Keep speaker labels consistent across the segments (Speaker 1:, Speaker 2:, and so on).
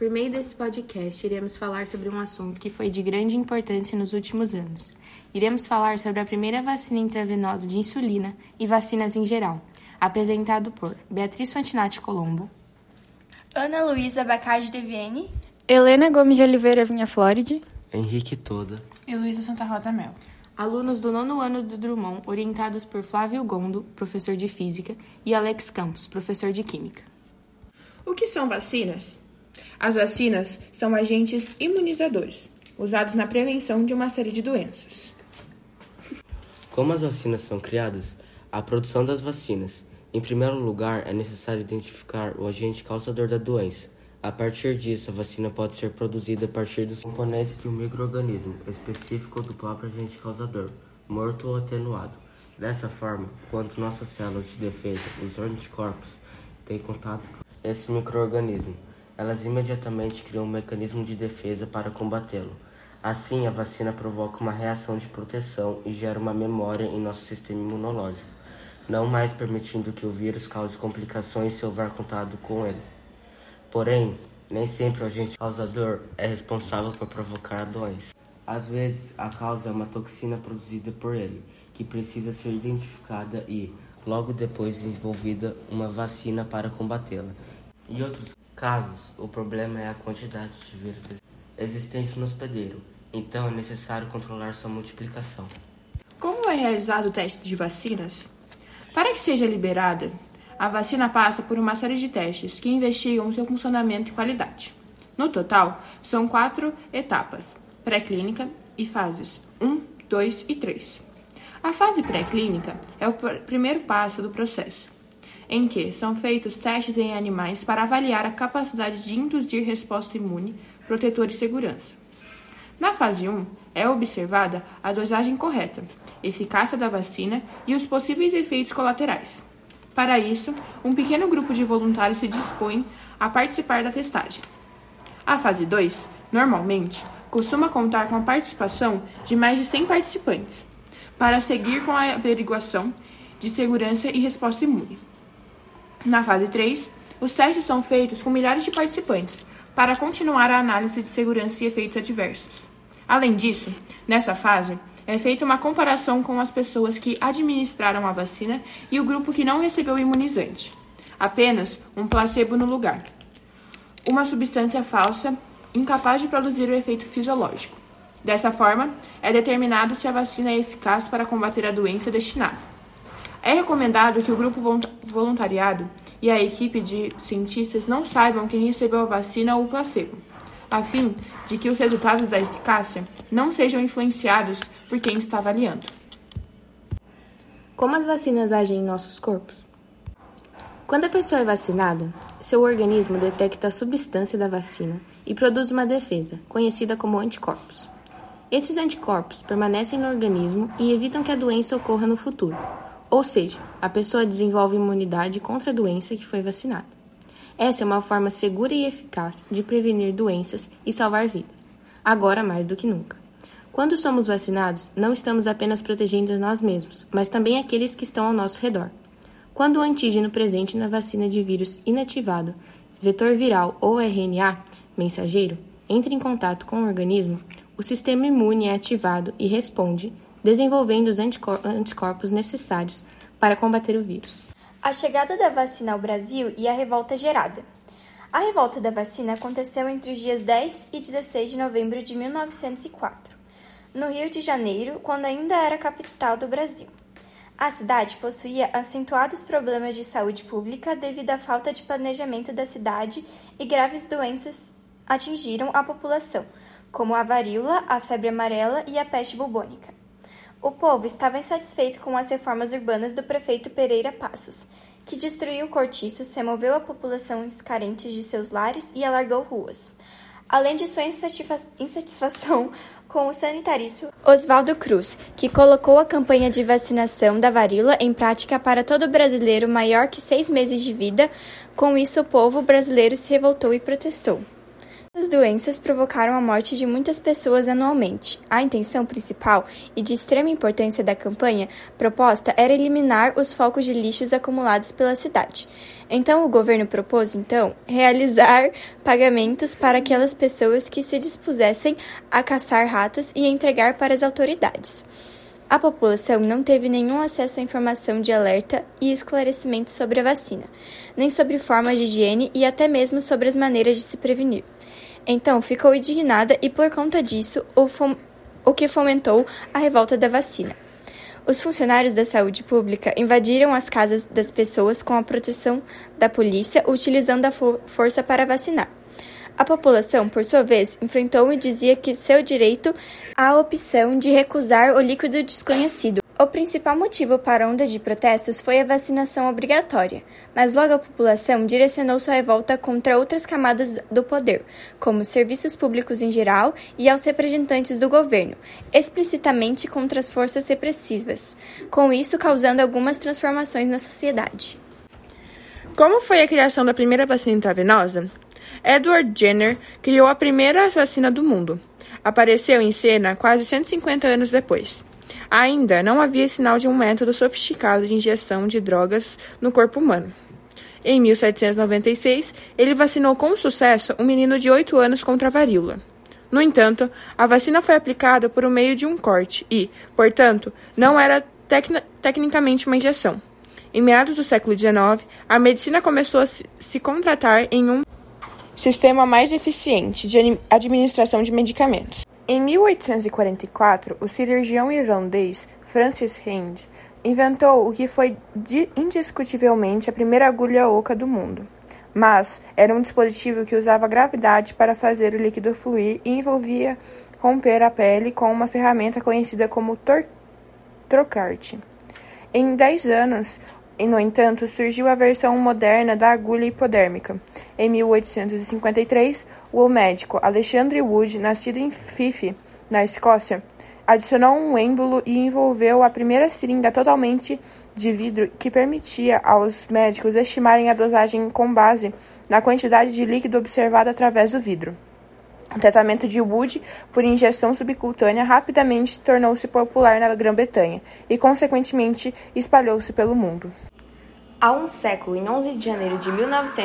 Speaker 1: Por meio desse podcast, iremos falar sobre um assunto que foi de grande importância nos últimos anos. Iremos falar sobre a primeira vacina intravenosa de insulina e vacinas em geral, apresentado por Beatriz Fantinatti Colombo,
Speaker 2: Ana Luísa Bacardi de Vienne,
Speaker 3: Helena Gomes de Oliveira Vinha Flóride,
Speaker 4: Henrique Toda
Speaker 5: e Luísa Santa Rota Mel.
Speaker 1: Alunos do 9º ano do Drummond, orientados por Flávio Gondo, professor de Física, e Alex Campos, professor de Química.
Speaker 5: O que são vacinas? As vacinas são agentes imunizadores, usados na prevenção de uma série de doenças.
Speaker 4: Como as vacinas são criadas? A produção das vacinas. Em primeiro lugar, é necessário identificar o agente causador da doença. A partir disso, a vacina pode ser produzida a partir dos componentes de um micro-organismo específico ou do próprio agente causador, morto ou atenuado. Dessa forma, quando nossas células de defesa, os anticorpos, têm contato com esse micro-organismo, elas imediatamente criam um mecanismo de defesa para combatê-lo. Assim, a vacina provoca uma reação de proteção e gera uma memória em nosso sistema imunológico, não mais permitindo que o vírus cause complicações se houver contato com ele. Porém, nem sempre o agente causador é responsável por provocar a doença. Às vezes, a causa é uma toxina produzida por ele, que precisa ser identificada e, logo depois, desenvolvida uma vacina para combatê-la. Em outros casos, o problema é a quantidade de vírus existente no hospedeiro, então é necessário controlar sua multiplicação.
Speaker 5: Como é realizado o teste de vacinas? Para que seja liberada, a vacina passa por uma série de testes que investigam seu funcionamento e qualidade. No total, são 4 etapas, pré-clínica e fases 1, 2 e 3. A fase pré-clínica é o primeiro passo do processo, em que são feitos testes em animais para avaliar a capacidade de induzir resposta imune, protetor e segurança. Na fase 1, é observada a dosagem correta, eficácia da vacina e os possíveis efeitos colaterais. Para isso, um pequeno grupo de voluntários se dispõe a participar da testagem. A fase 2, normalmente, costuma contar com a participação de mais de 100 participantes, para seguir com a averiguação de segurança e resposta imune. Na fase 3, os testes são feitos com milhares de participantes, para continuar a análise de segurança e efeitos adversos. Além disso, nessa fase, é feita uma comparação com as pessoas que administraram a vacina e o grupo que não recebeu o imunizante. Apenas um placebo no lugar. Uma substância falsa, incapaz de produzir o efeito fisiológico. Dessa forma, é determinado se a vacina é eficaz para combater a doença destinada. É recomendado que o grupo voluntariado e a equipe de cientistas não saibam quem recebeu a vacina ou o placebo, a fim de que os resultados da eficácia não sejam influenciados por quem está avaliando.
Speaker 1: Como as vacinas agem em nossos corpos? Quando a pessoa é vacinada, seu organismo detecta a substância da vacina e produz uma defesa, conhecida como anticorpos. Esses anticorpos permanecem no organismo e evitam que a doença ocorra no futuro, ou seja, a pessoa desenvolve imunidade contra a doença que foi vacinada. Essa é uma forma segura e eficaz de prevenir doenças e salvar vidas, agora mais do que nunca. Quando somos vacinados, não estamos apenas protegendo nós mesmos, mas também aqueles que estão ao nosso redor. Quando o antígeno presente na vacina de vírus inativado, vetor viral ou RNA, mensageiro, entra em contato com o organismo, o sistema imune é ativado e responde, desenvolvendo os anticorpos necessários para combater o vírus.
Speaker 2: A chegada da vacina ao Brasil e a revolta gerada. A revolta da vacina aconteceu entre os dias 10 e 16 de novembro de 1904, no Rio de Janeiro, quando ainda era a capital do Brasil. A cidade possuía acentuados problemas de saúde pública devido à falta de planejamento da cidade e graves doenças atingiram a população, como a varíola, a febre amarela e a peste bubônica. O povo estava insatisfeito com as reformas urbanas do prefeito Pereira Passos, que destruiu cortiços, removeu a população carentes de seus lares e alargou ruas. Além de sua insatisfação com o sanitarista Oswaldo Cruz, que colocou a campanha de vacinação da varíola em prática para todo brasileiro maior que 6 meses de vida. Com isso, o povo brasileiro se revoltou e protestou. As doenças provocaram a morte de muitas pessoas anualmente. A intenção principal e de extrema importância da campanha proposta era eliminar os focos de lixos acumulados pela cidade. Então, o governo propôs, realizar pagamentos para aquelas pessoas que se dispusessem a caçar ratos e entregar para as autoridades. A população não teve nenhum acesso à informação de alerta e esclarecimento sobre a vacina, nem sobre formas de higiene e até mesmo sobre as maneiras de se prevenir. Então, ficou indignada e, por conta disso, o que fomentou a revolta da vacina. Os funcionários da saúde pública invadiram as casas das pessoas com a proteção da polícia, utilizando a força para vacinar. A população, por sua vez, enfrentou e dizia que seu direito à opção de recusar o líquido desconhecido. O principal motivo para a onda de protestos foi a vacinação obrigatória, mas logo a população direcionou sua revolta contra outras camadas do poder, como os serviços públicos em geral e aos representantes do governo, explicitamente contra as forças repressivas, com isso causando algumas transformações na sociedade.
Speaker 5: Como foi a criação da primeira vacina intravenosa? Edward Jenner criou a primeira vacina do mundo. Apareceu em cena quase 150 anos depois. Ainda não havia sinal de um método sofisticado de injeção de drogas no corpo humano. Em 1796, ele vacinou com sucesso um menino de 8 anos contra a varíola. No entanto, a vacina foi aplicada por meio de um corte e, portanto, não era tecnicamente uma injeção. Em meados do século XIX, a medicina começou a se contratar em um sistema mais eficiente de administração de medicamentos. Em 1844, o cirurgião irlandês Francis Hand inventou o que foi indiscutivelmente a primeira agulha oca do mundo. Mas era um dispositivo que usava gravidade para fazer o líquido fluir e envolvia romper a pele com uma ferramenta conhecida como trocarte. Em 10 anos, no entanto, surgiu a versão moderna da agulha hipodérmica. Em 1853, o médico Alexander Wood, nascido em Fife, na Escócia, adicionou um êmbolo e envolveu a primeira seringa totalmente de vidro que permitia aos médicos estimarem a dosagem com base na quantidade de líquido observada através do vidro. O tratamento de Wood por injeção subcutânea rapidamente tornou-se popular na Grã-Bretanha e, consequentemente, espalhou-se pelo mundo.
Speaker 1: Há um século, em 11 de janeiro de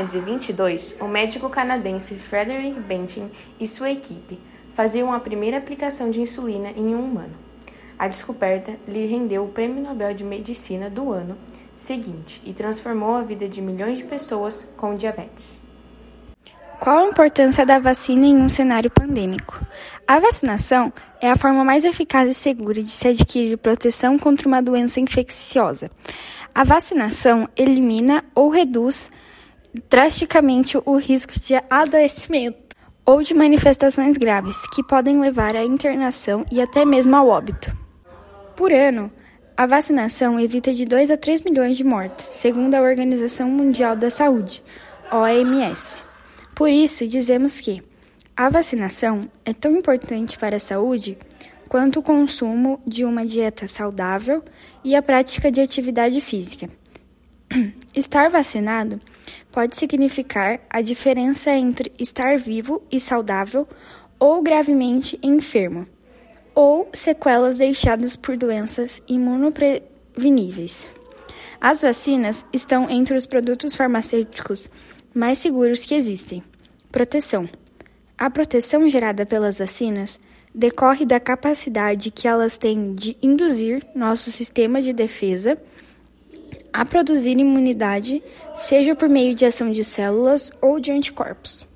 Speaker 1: 1922, o médico canadense Frederick Banting e sua equipe faziam a primeira aplicação de insulina em um humano. A descoberta lhe rendeu o Prêmio Nobel de Medicina do ano seguinte e transformou a vida de milhões de pessoas com diabetes.
Speaker 3: Qual a importância da vacina em um cenário pandêmico? A vacinação é a forma mais eficaz e segura de se adquirir proteção contra uma doença infecciosa. A vacinação elimina ou reduz drasticamente o risco de adoecimento ou de manifestações graves, que podem levar à internação e até mesmo ao óbito. Por ano, a vacinação evita de 2 a 3 milhões de mortes, segundo a Organização Mundial da Saúde, OMS. Por isso, dizemos que a vacinação é tão importante para a saúde quanto o consumo de uma dieta saudável e a prática de atividade física. Estar vacinado pode significar a diferença entre estar vivo e saudável ou gravemente enfermo, ou sequelas deixadas por doenças imunopreveníveis. As vacinas estão entre os produtos farmacêuticos mais seguros que existem. Proteção. A proteção gerada pelas vacinas decorre da capacidade que elas têm de induzir nosso sistema de defesa a produzir imunidade, seja por meio de ação de células ou de anticorpos.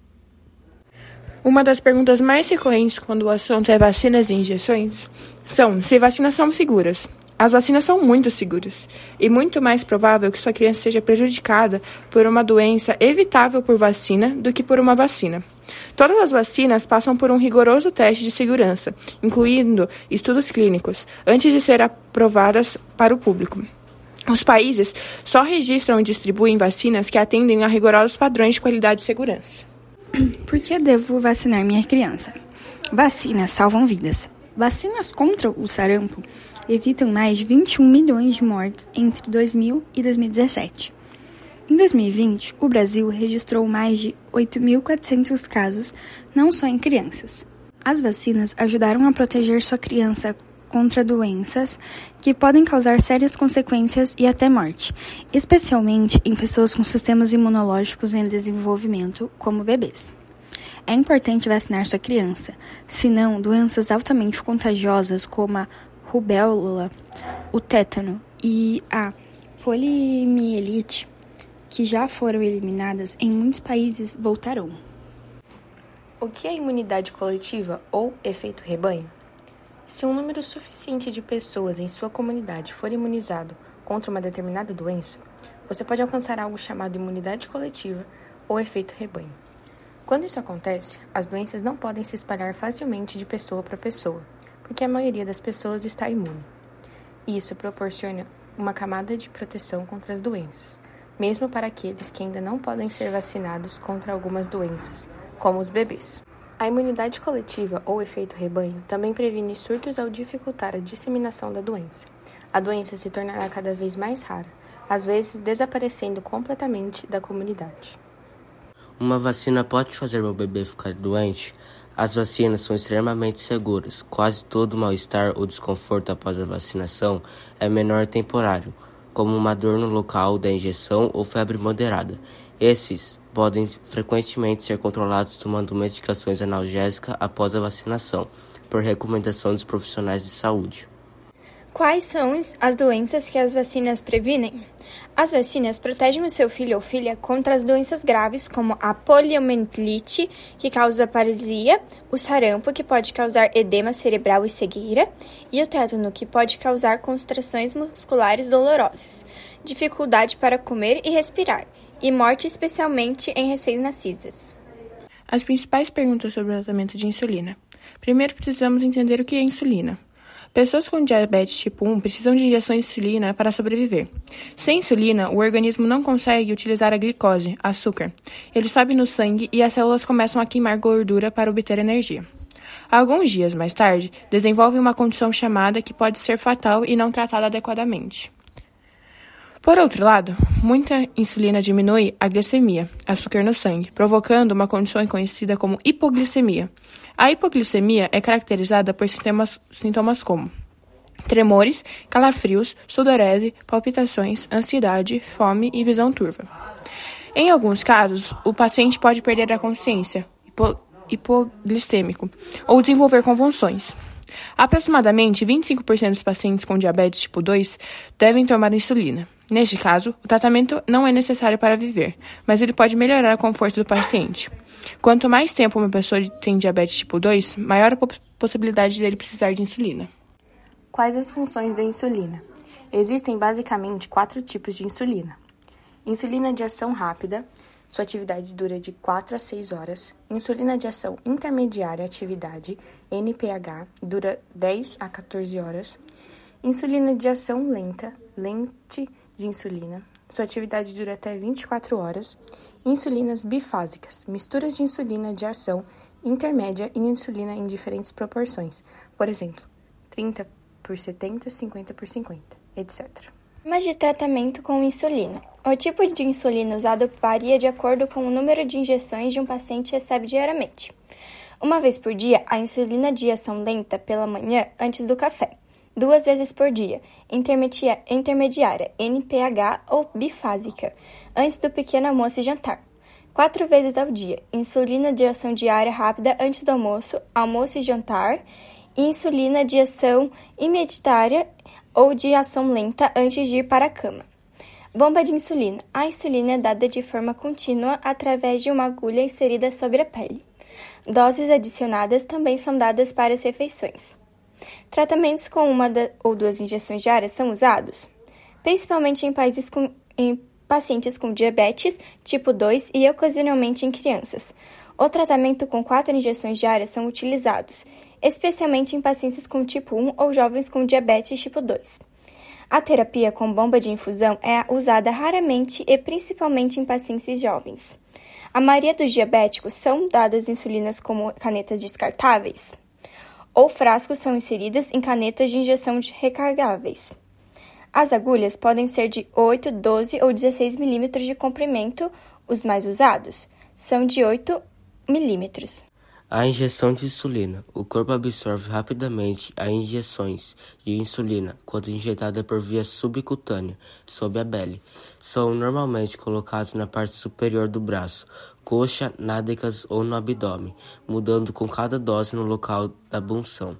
Speaker 5: Uma das perguntas mais recorrentes quando o assunto é vacinas e injeções são se vacinas são seguras. As vacinas são muito seguras e muito mais provável que sua criança seja prejudicada por uma doença evitável por vacina do que por uma vacina. Todas as vacinas passam por um rigoroso teste de segurança, incluindo estudos clínicos, antes de serem aprovadas para o público. Os países só registram e distribuem vacinas que atendem a rigorosos padrões de qualidade e segurança.
Speaker 3: Por que devo vacinar minha criança? Vacinas salvam vidas. Vacinas contra o sarampo evitam mais de 21 milhões de mortes entre 2000 e 2017. Em 2020, o Brasil registrou mais de 8.400 casos, não só em crianças. As vacinas ajudaram a proteger sua criança contra doenças que podem causar sérias consequências e até morte, especialmente em pessoas com sistemas imunológicos em desenvolvimento, como bebês. É importante vacinar sua criança, senão doenças altamente contagiosas como a rubéola, o tétano e a poliomielite, que já foram eliminadas em muitos países, voltarão.
Speaker 1: O que é imunidade coletiva ou efeito rebanho? Se um número suficiente de pessoas em sua comunidade for imunizado contra uma determinada doença, você pode alcançar algo chamado imunidade coletiva ou efeito rebanho. Quando isso acontece, as doenças não podem se espalhar facilmente de pessoa para pessoa, porque a maioria das pessoas está imune. E isso proporciona uma camada de proteção contra as doenças, mesmo para aqueles que ainda não podem ser vacinados contra algumas doenças, como os bebês. A imunidade coletiva ou efeito rebanho também previne surtos ao dificultar a disseminação da doença. A doença se tornará cada vez mais rara, às vezes desaparecendo completamente da comunidade.
Speaker 4: Uma vacina pode fazer meu bebê ficar doente? As vacinas são extremamente seguras. Quase todo mal-estar ou desconforto após a vacinação é menor temporário, como uma dor no local da injeção ou febre moderada. Esses podem frequentemente ser controlados tomando medicações analgésicas após a vacinação, por recomendação dos profissionais de saúde.
Speaker 2: Quais são as doenças que as vacinas previnem? As vacinas protegem o seu filho ou filha contra as doenças graves como a poliomielite, que causa paralisia, o sarampo, que pode causar edema cerebral e cegueira, e o tétano, que pode causar contrações musculares dolorosas, dificuldade para comer e respirar, e morte especialmente em recém-nascidos.
Speaker 5: As principais perguntas sobre o tratamento de insulina. Primeiro, precisamos entender o que é insulina. Pessoas com diabetes tipo 1 precisam de injeções de insulina para sobreviver. Sem insulina, o organismo não consegue utilizar a glicose, açúcar. Ele sobe no sangue e as células começam a queimar gordura para obter energia. Alguns dias mais tarde, desenvolvem uma condição chamada que pode ser fatal e não tratada adequadamente. Por outro lado, muita insulina diminui a glicemia, açúcar no sangue, provocando uma condição conhecida como hipoglicemia. A hipoglicemia é caracterizada por sintomas como tremores, calafrios, sudorese, palpitações, ansiedade, fome e visão turva. Em alguns casos, o paciente pode perder a consciência, hipoglicêmico, ou desenvolver convulsões. Aproximadamente 25% dos pacientes com diabetes tipo 2 devem tomar insulina. Neste caso, o tratamento não é necessário para viver, mas ele pode melhorar o conforto do paciente. Quanto mais tempo uma pessoa tem diabetes tipo 2, maior a possibilidade dele precisar de insulina.
Speaker 1: Quais as funções da insulina? Existem basicamente 4 tipos de insulina. Insulina de ação rápida, sua atividade dura de 4 a 6 horas. Insulina de ação intermediária, atividade, NPH, dura 10 a 14 horas. Insulina de ação lenta, lente de insulina, sua atividade dura até 24 horas. Insulinas bifásicas, misturas de insulina de ação intermédia e insulina em diferentes proporções, por exemplo, 30/70, 50/50, etc.
Speaker 2: Formas de tratamento com insulina. O tipo de insulina usado varia de acordo com o número de injeções de um paciente recebe diariamente. Uma vez por dia, a insulina de ação lenta pela manhã antes do café. 2 vezes por dia, intermediária, NPH ou bifásica, antes do pequeno almoço e jantar. 4 vezes ao dia, insulina de ação diária rápida antes do almoço, almoço e jantar, e insulina de ação imediária ou de ação lenta antes de ir para a cama. Bomba de insulina. A insulina é dada de forma contínua através de uma agulha inserida sobre a pele. Doses adicionadas também são dadas para as refeições. Tratamentos com 1 ou 2 injeções diárias são usados, principalmente em pacientes com diabetes tipo 2 e ocasionalmente em crianças. O tratamento com 4 injeções diárias são utilizados, especialmente em pacientes com tipo 1 ou jovens com diabetes tipo 2. A terapia com bomba de infusão é usada raramente e principalmente em pacientes jovens. A maioria dos diabéticos são dadas insulinas como canetas descartáveis, ou frascos são inseridos em canetas de injeção recargáveis. As agulhas podem ser de 8, 12 ou 16 milímetros de comprimento, os mais usados são de 8 milímetros.
Speaker 4: A injeção de insulina. O corpo absorve rapidamente as injeções de insulina quando injetada por via subcutânea, sob a pele. São normalmente colocados na parte superior do braço, coxa, nádegas ou no abdômen, mudando com cada dose no local da punção.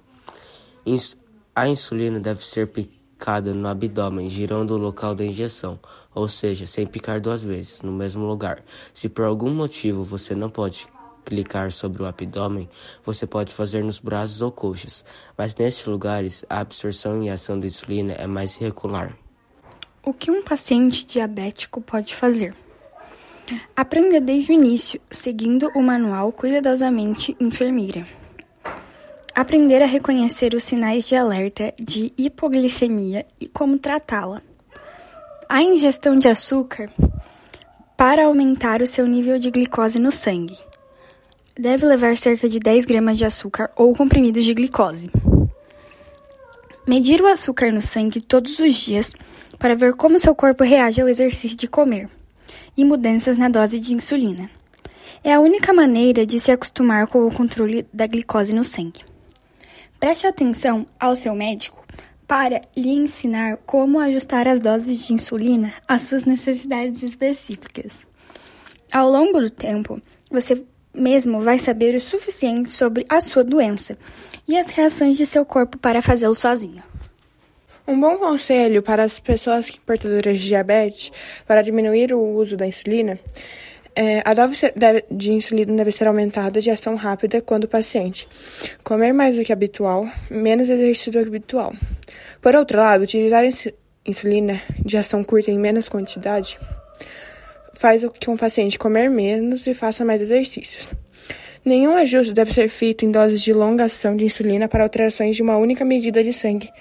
Speaker 4: A insulina deve ser picada no abdômen, girando o local da injeção, ou seja, sem picar 2 vezes no mesmo lugar. Se por algum motivo você não pode clicar sobre o abdômen, você pode fazer nos braços ou coxas, mas nesses lugares a absorção e ação da insulina é mais irregular.
Speaker 3: O que um paciente diabético pode fazer? Aprenda desde o início, seguindo o manual cuidadosamente enfermeira. Aprender a reconhecer os sinais de alerta de hipoglicemia e como tratá-la. A ingestão de açúcar para aumentar o seu nível de glicose no sangue. Deve levar cerca de 10 gramas de açúcar ou comprimidos de glicose. Medir o açúcar no sangue todos os dias para ver como seu corpo reage ao exercício de comer e mudanças na dose de insulina. É a única maneira de se acostumar com o controle da glicose no sangue. Preste atenção ao seu médico para lhe ensinar como ajustar as doses de insulina às suas necessidades específicas. Ao longo do tempo, você mesmo vai saber o suficiente sobre a sua doença e as reações de seu corpo para fazê-lo sozinho.
Speaker 5: Um bom conselho para as pessoas portadoras de diabetes para diminuir o uso da insulina a dose de insulina deve ser aumentada de ação rápida quando o paciente comer mais do que habitual, menos exercício do que habitual. Por outro lado, utilizar insulina de ação curta em menos quantidade faz com que o paciente comer menos e faça mais exercícios. Nenhum ajuste deve ser feito em doses de longa ação de insulina para alterações de uma única medida de sangue,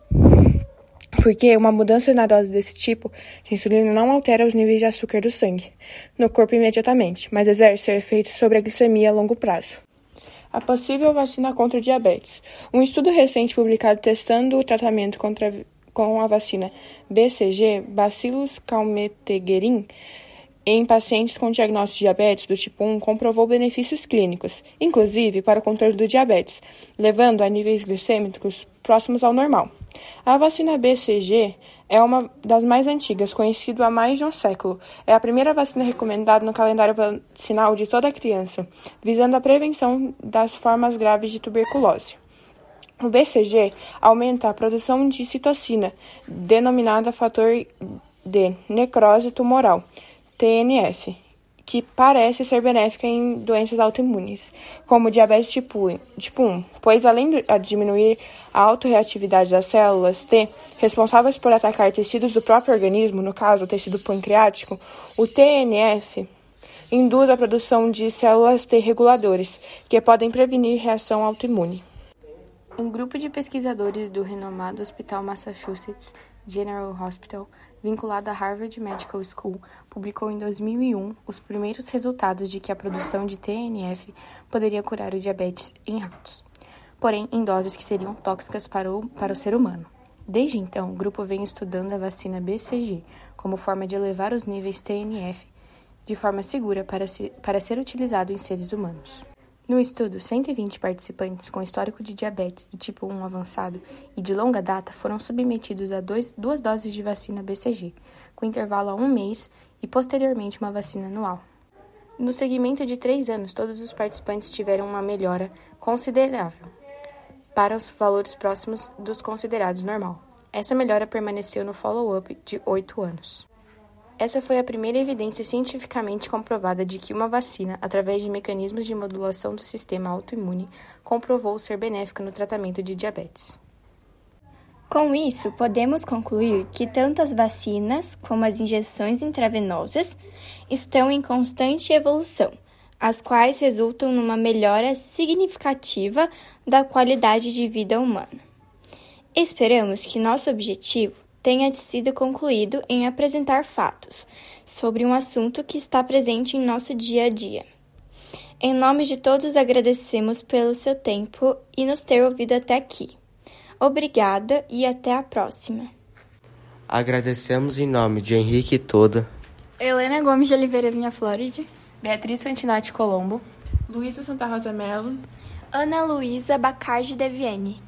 Speaker 5: porque uma mudança na dose desse tipo de insulina não altera os níveis de açúcar do sangue no corpo imediatamente, mas exerce seu efeito sobre a glicemia a longo prazo. A possível vacina contra o diabetes. Um estudo recente publicado testando o tratamento com a vacina BCG, Bacillus calmette-guerin, em pacientes com diagnóstico de diabetes do tipo 1, comprovou benefícios clínicos, inclusive para o controle do diabetes, levando a níveis glicêmicos próximos ao normal. A vacina BCG é uma das mais antigas, conhecida há mais de um século. É a primeira vacina recomendada no calendário vacinal de toda criança, visando a prevenção das formas graves de tuberculose. O BCG aumenta a produção de citocina, denominada fator de necrose tumoral, TNF, que parece ser benéfica em doenças autoimunes, como diabetes tipo 1, pois além de diminuir a autorreatividade das células T, responsáveis por atacar tecidos do próprio organismo, no caso o tecido pancreático, o TNF induz a produção de células T reguladores, que podem prevenir reação autoimune.
Speaker 1: Um grupo de pesquisadores do renomado Hospital Massachusetts General Hospital, vinculado à Harvard Medical School, publicou em 2001 os primeiros resultados de que a produção de TNF poderia curar o diabetes em ratos, porém em doses que seriam tóxicas para o ser humano. Desde então, o grupo vem estudando a vacina BCG como forma de elevar os níveis TNF de forma segura para ser utilizado em seres humanos. No estudo, 120 participantes com histórico de diabetes do tipo 1 avançado e de longa data foram submetidos a duas doses de vacina BCG, com intervalo a 1 mês e posteriormente uma vacina anual. No segmento de 3 anos, todos os participantes tiveram uma melhora considerável para os valores próximos dos considerados normal. Essa melhora permaneceu no follow-up de 8 anos. Essa foi a primeira evidência cientificamente comprovada de que uma vacina, através de mecanismos de modulação do sistema autoimune, comprovou ser benéfica no tratamento de diabetes.
Speaker 2: Com isso, podemos concluir que tanto as vacinas como as injeções intravenosas estão em constante evolução, as quais resultam numa melhora significativa da qualidade de vida humana. Esperamos que nosso objetivo tenha sido concluído em apresentar fatos sobre um assunto que está presente em nosso dia a dia. Em nome de todos, agradecemos pelo seu tempo e nos ter ouvido até aqui. Obrigada e até a próxima.
Speaker 4: Agradecemos em nome de Henrique Toda,
Speaker 3: Helena Gomes de Oliveira Vinha Flórida,
Speaker 1: Beatriz Fantinatti Colombo,
Speaker 5: Luísa Santa Rosa Melo,
Speaker 2: Ana Luísa Bacardi Deviene.